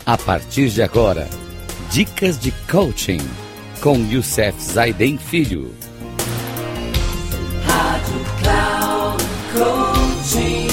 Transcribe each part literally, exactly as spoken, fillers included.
A partir de agora, dicas de coaching com Youssef Zaiden Filho. Rádio Cloud Coaching.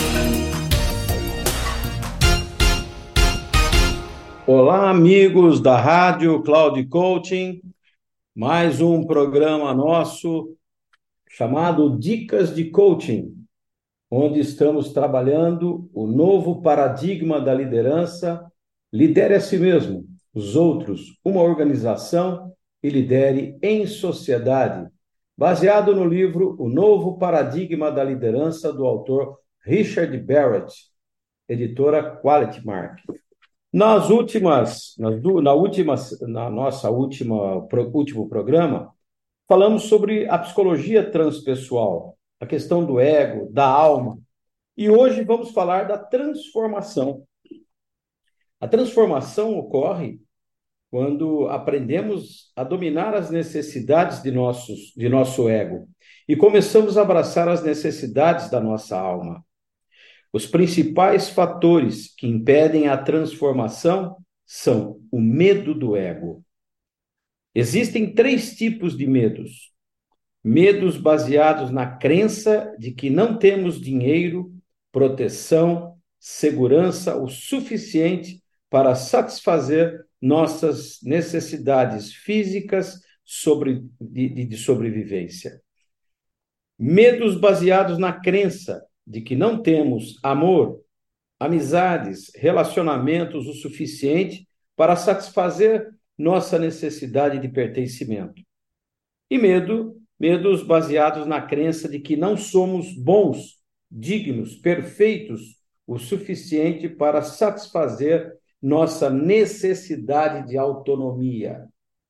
Olá, amigos da Rádio Cloud Coaching. Mais um programa nosso chamado Dicas de Coaching, onde estamos trabalhando o novo paradigma da liderança. Lidere a si mesmo, os outros, uma organização e lidere em sociedade, baseado no livro O Novo Paradigma da Liderança, do autor Richard Barrett, editora Quality Mark. Nas últimas, nas, na, última, na nossa última, pro, último programa, falamos sobre a psicologia transpessoal, a questão do ego, da alma, e hoje vamos falar da transformação. A transformação ocorre quando aprendemos a dominar as necessidades de, nossos, de nosso ego e começamos a abraçar as necessidades da nossa alma. Os principais fatores que impedem a transformação são o medo do ego. Existem três tipos de medos. Medos baseados na crença de que não temos dinheiro, proteção, segurança o suficiente para satisfazer nossas necessidades físicas sobre, de, de sobrevivência. Medos baseados na crença de que não temos amor, amizades, relacionamentos o suficiente para satisfazer nossa necessidade de pertencimento. E medo, medos baseados na crença de que não somos bons, dignos, perfeitos o suficiente para satisfazer nossa necessidade de autonomia.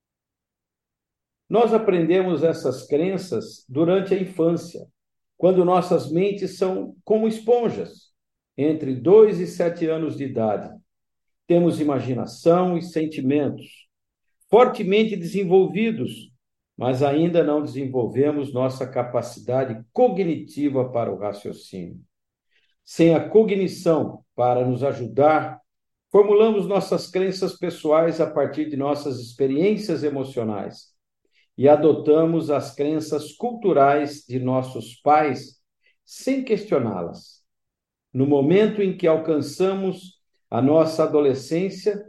Nós aprendemos essas crenças durante a infância, quando nossas mentes são como esponjas, entre dois e sete anos de idade. Temos imaginação e sentimentos fortemente desenvolvidos, mas ainda não desenvolvemos nossa capacidade cognitiva para o raciocínio. Sem a cognição para nos ajudar, formulamos nossas crenças pessoais a partir de nossas experiências emocionais e adotamos as crenças culturais de nossos pais sem questioná-las. No momento em que alcançamos a nossa adolescência,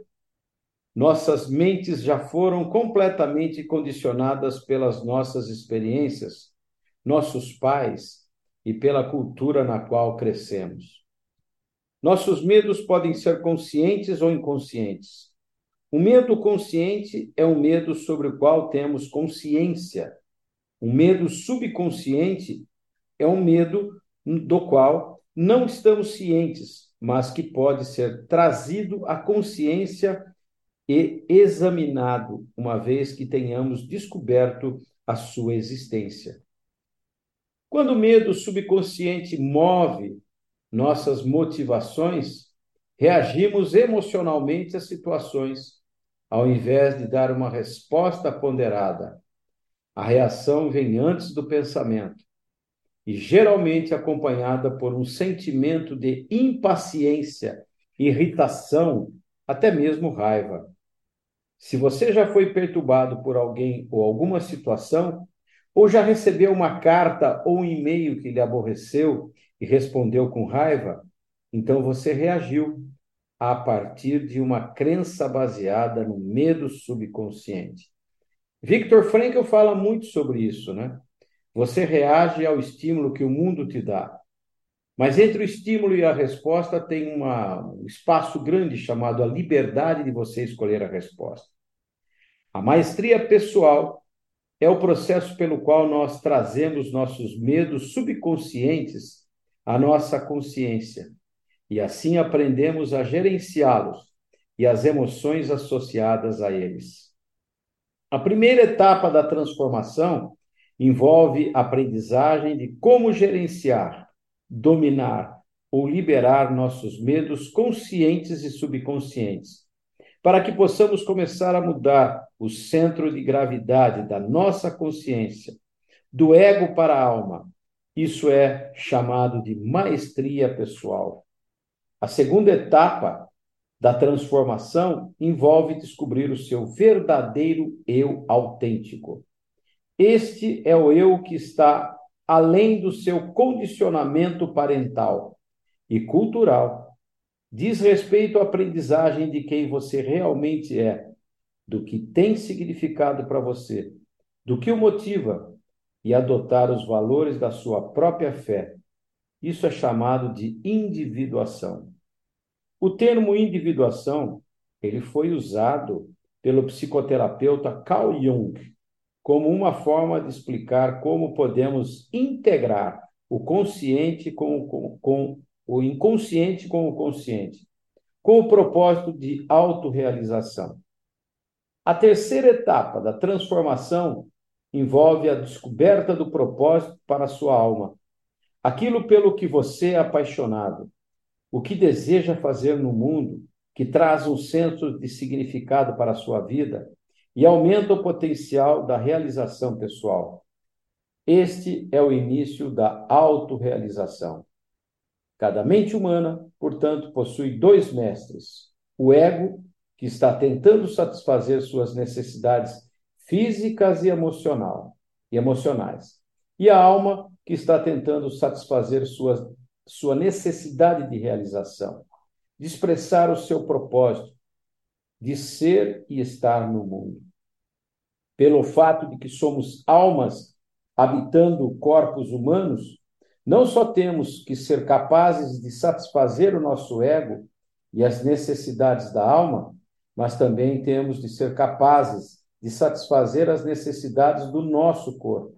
nossas mentes já foram completamente condicionadas pelas nossas experiências, nossos pais e pela cultura na qual crescemos. Nossos medos podem ser conscientes ou inconscientes. O medo consciente é um medo sobre o qual temos consciência. O medo subconsciente é um medo do qual não estamos cientes, mas que pode ser trazido à consciência e examinado, uma vez que tenhamos descoberto a sua existência. Quando o medo subconsciente move nossas motivações, reagimos emocionalmente às situações, ao invés de dar uma resposta ponderada. A reação vem antes do pensamento e geralmente acompanhada por um sentimento de impaciência, irritação, até mesmo raiva. Se você já foi perturbado por alguém ou alguma situação, ou já recebeu uma carta ou um e-mail que lhe aborreceu e respondeu com raiva, então você reagiu a partir de uma crença baseada no medo subconsciente. Viktor Frankl fala muito sobre isso, né? Você reage ao estímulo que o mundo te dá. Mas entre o estímulo e a resposta tem uma, um espaço grande chamado a liberdade de você escolher a resposta. A maestria pessoal é o processo pelo qual nós trazemos nossos medos subconscientes à nossa consciência e assim aprendemos a gerenciá-los e as emoções associadas a eles. A primeira etapa da transformação envolve a aprendizagem de como gerenciar, dominar ou liberar nossos medos conscientes e subconscientes, para que possamos começar a mudar o centro de gravidade da nossa consciência, do ego para a alma. Isso é chamado de maestria pessoal. A segunda etapa da transformação envolve descobrir o seu verdadeiro eu autêntico. Este é o eu que está além do seu condicionamento parental e cultural. Diz respeito à aprendizagem de quem você realmente é, do que tem significado para você, do que o motiva e adotar os valores da sua própria fé. Isso é chamado de individuação. O termo individuação, ele foi usado pelo psicoterapeuta Carl Jung como uma forma de explicar como podemos integrar o consciente com, com, com o inconsciente com o consciente, com o propósito de autorrealização. A terceira etapa da transformação envolve a descoberta do propósito para a sua alma, aquilo pelo que você é apaixonado, o que deseja fazer no mundo, que traz um senso de significado para a sua vida e aumenta o potencial da realização pessoal. Este é o início da autorrealização. Cada mente humana, portanto, possui dois mestres: o ego, que está tentando satisfazer suas necessidades físicas e emocional, e emocionais, e a alma, que está tentando satisfazer sua, sua necessidade de realização, de expressar o seu propósito, de ser e estar no mundo. Pelo fato de que somos almas habitando corpos humanos, não só temos que ser capazes de satisfazer o nosso ego e as necessidades da alma, mas também temos de ser capazes de satisfazer as necessidades do nosso corpo.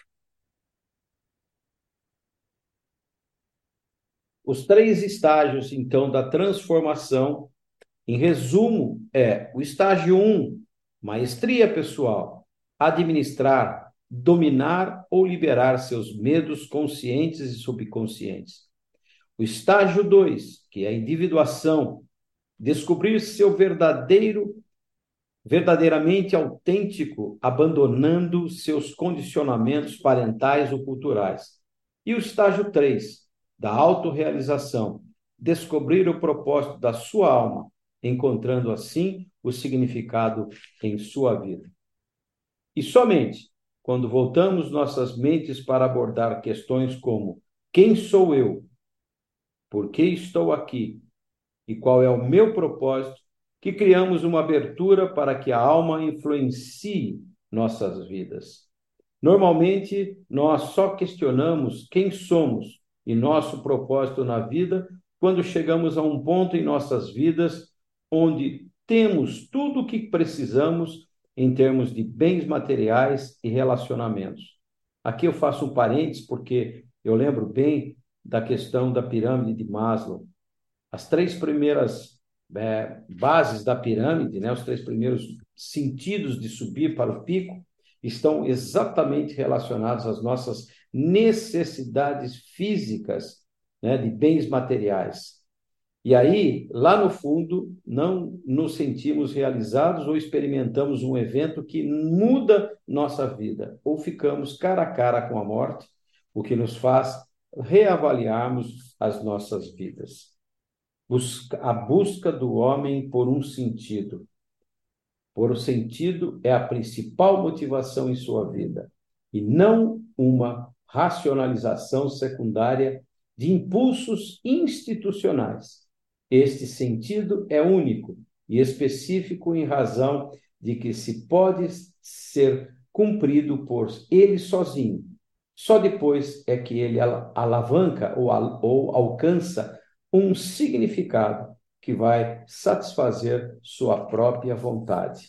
Os três estágios, então, da transformação, em resumo, é o estágio um, maestria pessoal, administrar, dominar ou liberar seus medos conscientes e subconscientes. O estágio dois, que é a individuação, descobrir seu verdadeiro, verdadeiramente autêntico, abandonando seus condicionamentos parentais ou culturais. E o estágio três, da autorrealização, descobrir o propósito da sua alma, encontrando assim o significado em sua vida. E somente quando voltamos nossas mentes para abordar questões como: quem sou eu? Por que estou aqui? E qual é o meu propósito? Que criamos uma abertura para que a alma influencie nossas vidas. Normalmente, nós só questionamos quem somos e nosso propósito na vida quando chegamos a um ponto em nossas vidas onde temos tudo o que precisamos em termos de bens materiais e relacionamentos. Aqui eu faço um parênteses porque eu lembro bem da questão da pirâmide de Maslow. As três primeiras é, bases da pirâmide, né, os três primeiros sentidos de subir para o pico, estão exatamente relacionados às nossas necessidades físicas, né, de bens materiais. E aí, lá no fundo, não nos sentimos realizados ou experimentamos um evento que muda nossa vida, ou ficamos cara a cara com a morte, o que nos faz reavaliarmos as nossas vidas. Busca, a busca do homem por um sentido. Por o sentido é a principal motivação em sua vida, e não uma racionalização secundária de impulsos institucionais. Este sentido é único e específico em razão de que se pode ser cumprido por ele sozinho. Só depois é que ele alavanca ou, al- ou alcança um significado que vai satisfazer sua própria vontade.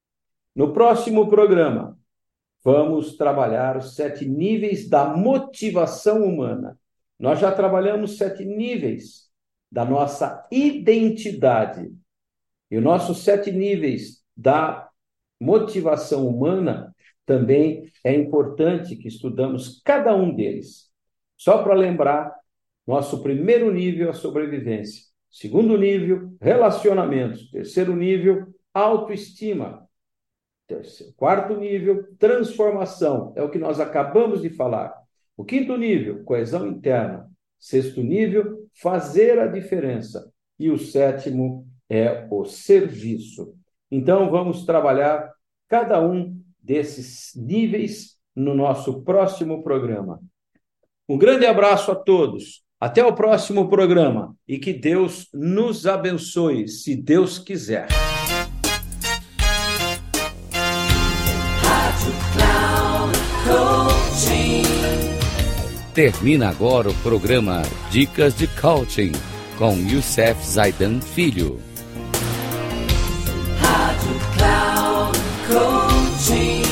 No próximo programa, vamos trabalhar os sete níveis da motivação humana. Nós já trabalhamos sete níveis da nossa identidade. E os nossos sete níveis da motivação humana também é importante que estudamos cada um deles. Só para lembrar, nosso primeiro nível é a sobrevivência. Segundo nível, relacionamentos. Terceiro nível, autoestima. Terceiro, quarto nível, transformação. É o que nós acabamos de falar. O quinto nível, coesão interna. Sexto nível, fazer a diferença. E o sétimo é o serviço. Então, vamos trabalhar cada um desses níveis no nosso próximo programa. Um grande abraço a todos. Até o próximo programa e que Deus nos abençoe, se Deus quiser. Termina agora o programa Dicas de Coaching com Youssef Zaidan Filho. Rádio Cloud Coaching.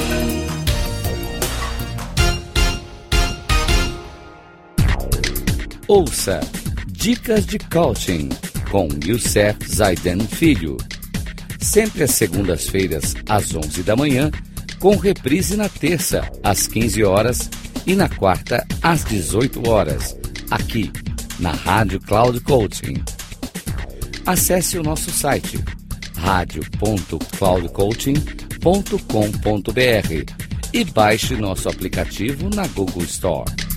Ouça Dicas de Coaching com Youssef Zaidan Filho. Sempre às segundas-feiras, às onze da manhã, com reprise na terça, às quinze horas e na quarta, às dezoito horas, aqui na Rádio Cloud Coaching. Acesse o nosso site rádio ponto cloud coaching ponto com ponto b r e baixe nosso aplicativo na Google Store.